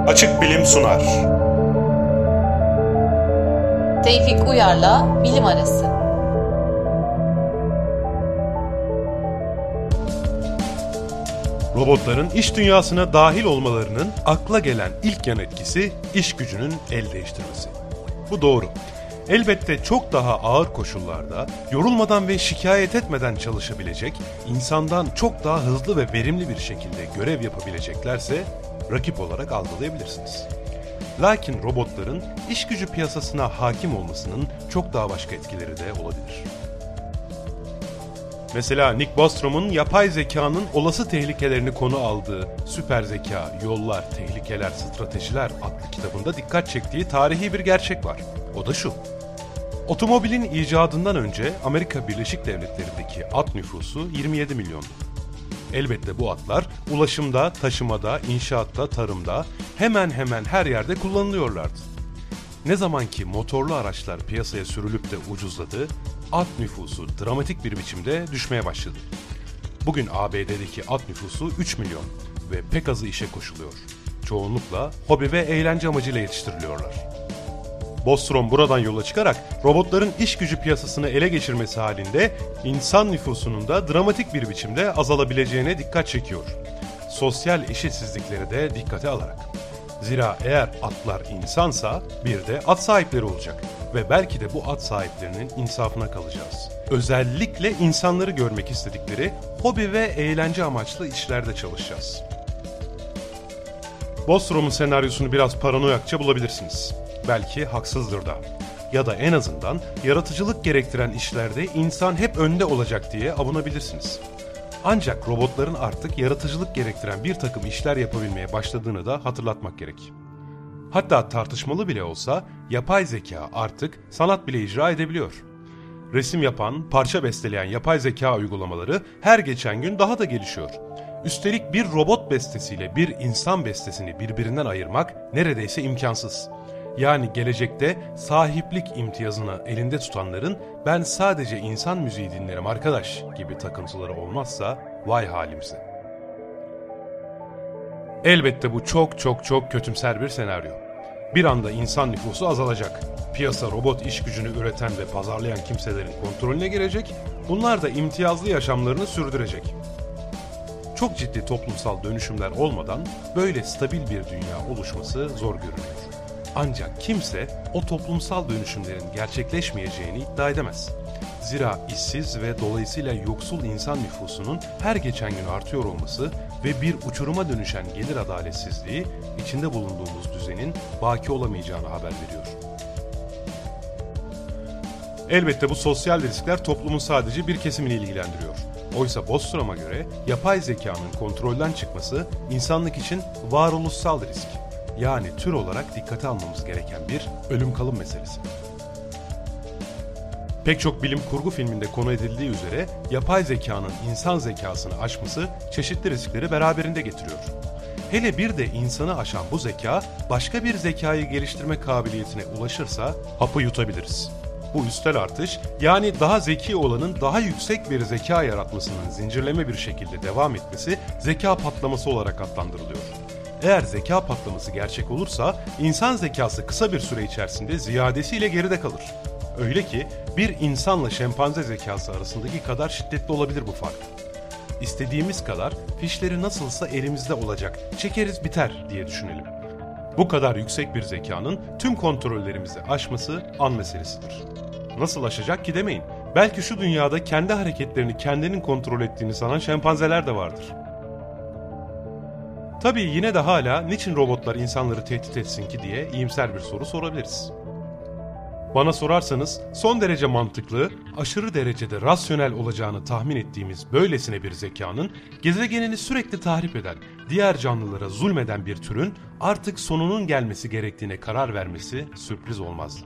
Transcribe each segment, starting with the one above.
Açık Bilim sunar. Tevfik Uyar'la Bilim Arası. Robotların iş dünyasına dahil olmalarının akla gelen ilk yan etkisi iş gücünün el değiştirmesi. Bu doğru. Elbette çok daha ağır koşullarda, yorulmadan ve şikayet etmeden çalışabilecek, insandan çok daha hızlı ve verimli bir şekilde görev yapabileceklerse rakip olarak algılayabilirsiniz. Lakin robotların iş gücü piyasasına hakim olmasının çok daha başka etkileri de olabilir. Mesela Nick Bostrom'un yapay zekanın olası tehlikelerini konu aldığı Süper Zeka, Yollar, Tehlikeler, Stratejiler adlı kitabında dikkat çektiği tarihi bir gerçek var. O da şu: otomobilin icadından önce Amerika Birleşik Devletleri'ndeki at nüfusu 27 milyondu. Elbette bu atlar ulaşımda, taşımada, inşaatta, tarımda hemen hemen her yerde kullanılıyorlardı. Ne zaman ki motorlu araçlar piyasaya sürülüp de ucuzladı, at nüfusu dramatik bir biçimde düşmeye başladı. Bugün ABD'deki at nüfusu 3 milyon ve pek azı işe koşuluyor. Çoğunlukla hobi ve eğlence amacıyla yetiştiriliyorlar. Bostrom buradan yola çıkarak robotların iş gücü piyasasını ele geçirmesi halinde insan nüfusunun da dramatik bir biçimde azalabileceğine dikkat çekiyor. Sosyal eşitsizlikleri de dikkate alarak. Zira eğer atlar insansa bir de at sahipleri olacak ve belki de bu at sahiplerinin insafına kalacağız. Özellikle insanları görmek istedikleri hobi ve eğlence amaçlı işlerde çalışacağız. Bostrom'un senaryosunu biraz paranoyakça bulabilirsiniz. Belki haksızdır da. Ya da en azından yaratıcılık gerektiren işlerde insan hep önde olacak diye avunabilirsiniz. Ancak robotların artık yaratıcılık gerektiren bir takım işler yapabilmeye başladığını da hatırlatmak gerek. Hatta tartışmalı bile olsa yapay zeka artık sanat bile icra edebiliyor. Resim yapan, parça besteleyen yapay zeka uygulamaları her geçen gün daha da gelişiyor. Üstelik bir robot bestesiyle bir insan bestesini birbirinden ayırmak neredeyse imkansız. Yani gelecekte sahiplik imtiyazını elinde tutanların "ben sadece insan müziği dinlerim arkadaş" gibi takıntıları olmazsa vay halimize. Elbette bu çok kötümser bir senaryo. Bir anda insan nüfusu azalacak. Piyasa robot iş gücünü üreten ve pazarlayan kimselerin kontrolüne girecek. Bunlar da imtiyazlı yaşamlarını sürdürecek. Çok ciddi toplumsal dönüşümler olmadan böyle stabil bir dünya oluşması zor görünüyor. Ancak kimse o toplumsal dönüşümlerin gerçekleşmeyeceğini iddia edemez. Zira işsiz ve dolayısıyla yoksul insan nüfusunun her geçen gün artıyor olması ve bir uçuruma dönüşen gelir adaletsizliği içinde bulunduğumuz düzenin baki olamayacağını haber veriyor. Elbette bu sosyal riskler toplumun sadece bir kesimini ilgilendiriyor. Oysa Bostrom'a göre yapay zekanın kontrolden çıkması insanlık için varoluşsal risk. Yani tür olarak dikkate almamız gereken bir ölüm kalım meselesi. Pek çok bilim kurgu filminde konu edildiği üzere yapay zekanın insan zekasını aşması çeşitli riskleri beraberinde getiriyor. Hele bir de insanı aşan bu zeka başka bir zekayı geliştirme kabiliyetine ulaşırsa hapı yutabiliriz. Bu üstel artış, yani daha zeki olanın daha yüksek bir zeka yaratmasının zincirleme bir şekilde devam etmesi zeka patlaması olarak adlandırılıyor. Eğer zeka patlaması gerçek olursa insan zekası kısa bir süre içerisinde ziyadesiyle geride kalır. Öyle ki bir insanla şempanze zekası arasındaki kadar şiddetli olabilir bu fark. İstediğimiz kadar fişleri nasılsa elimizde olacak, çekeriz biter diye düşünelim. Bu kadar yüksek bir zekanın tüm kontrollerimizi aşması an meselesidir. Nasıl aşacak ki demeyin. Belki şu dünyada kendi hareketlerini kendinin kontrol ettiğini sanan şempanzeler de vardır. Tabii yine de hala niçin robotlar insanları tehdit etsin ki diye iyimser bir soru sorabiliriz. Bana sorarsanız son derece mantıklı, aşırı derecede rasyonel olacağını tahmin ettiğimiz böylesine bir zekanın gezegenini sürekli tahrip eden, diğer canlılara zulmeden bir türün artık sonunun gelmesi gerektiğine karar vermesi sürpriz olmazdı.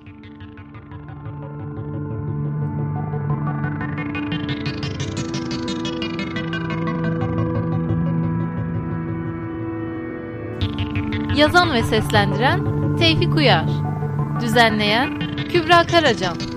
Yazan ve seslendiren Tevfik Uyar. Düzenleyen Kübra Karacan.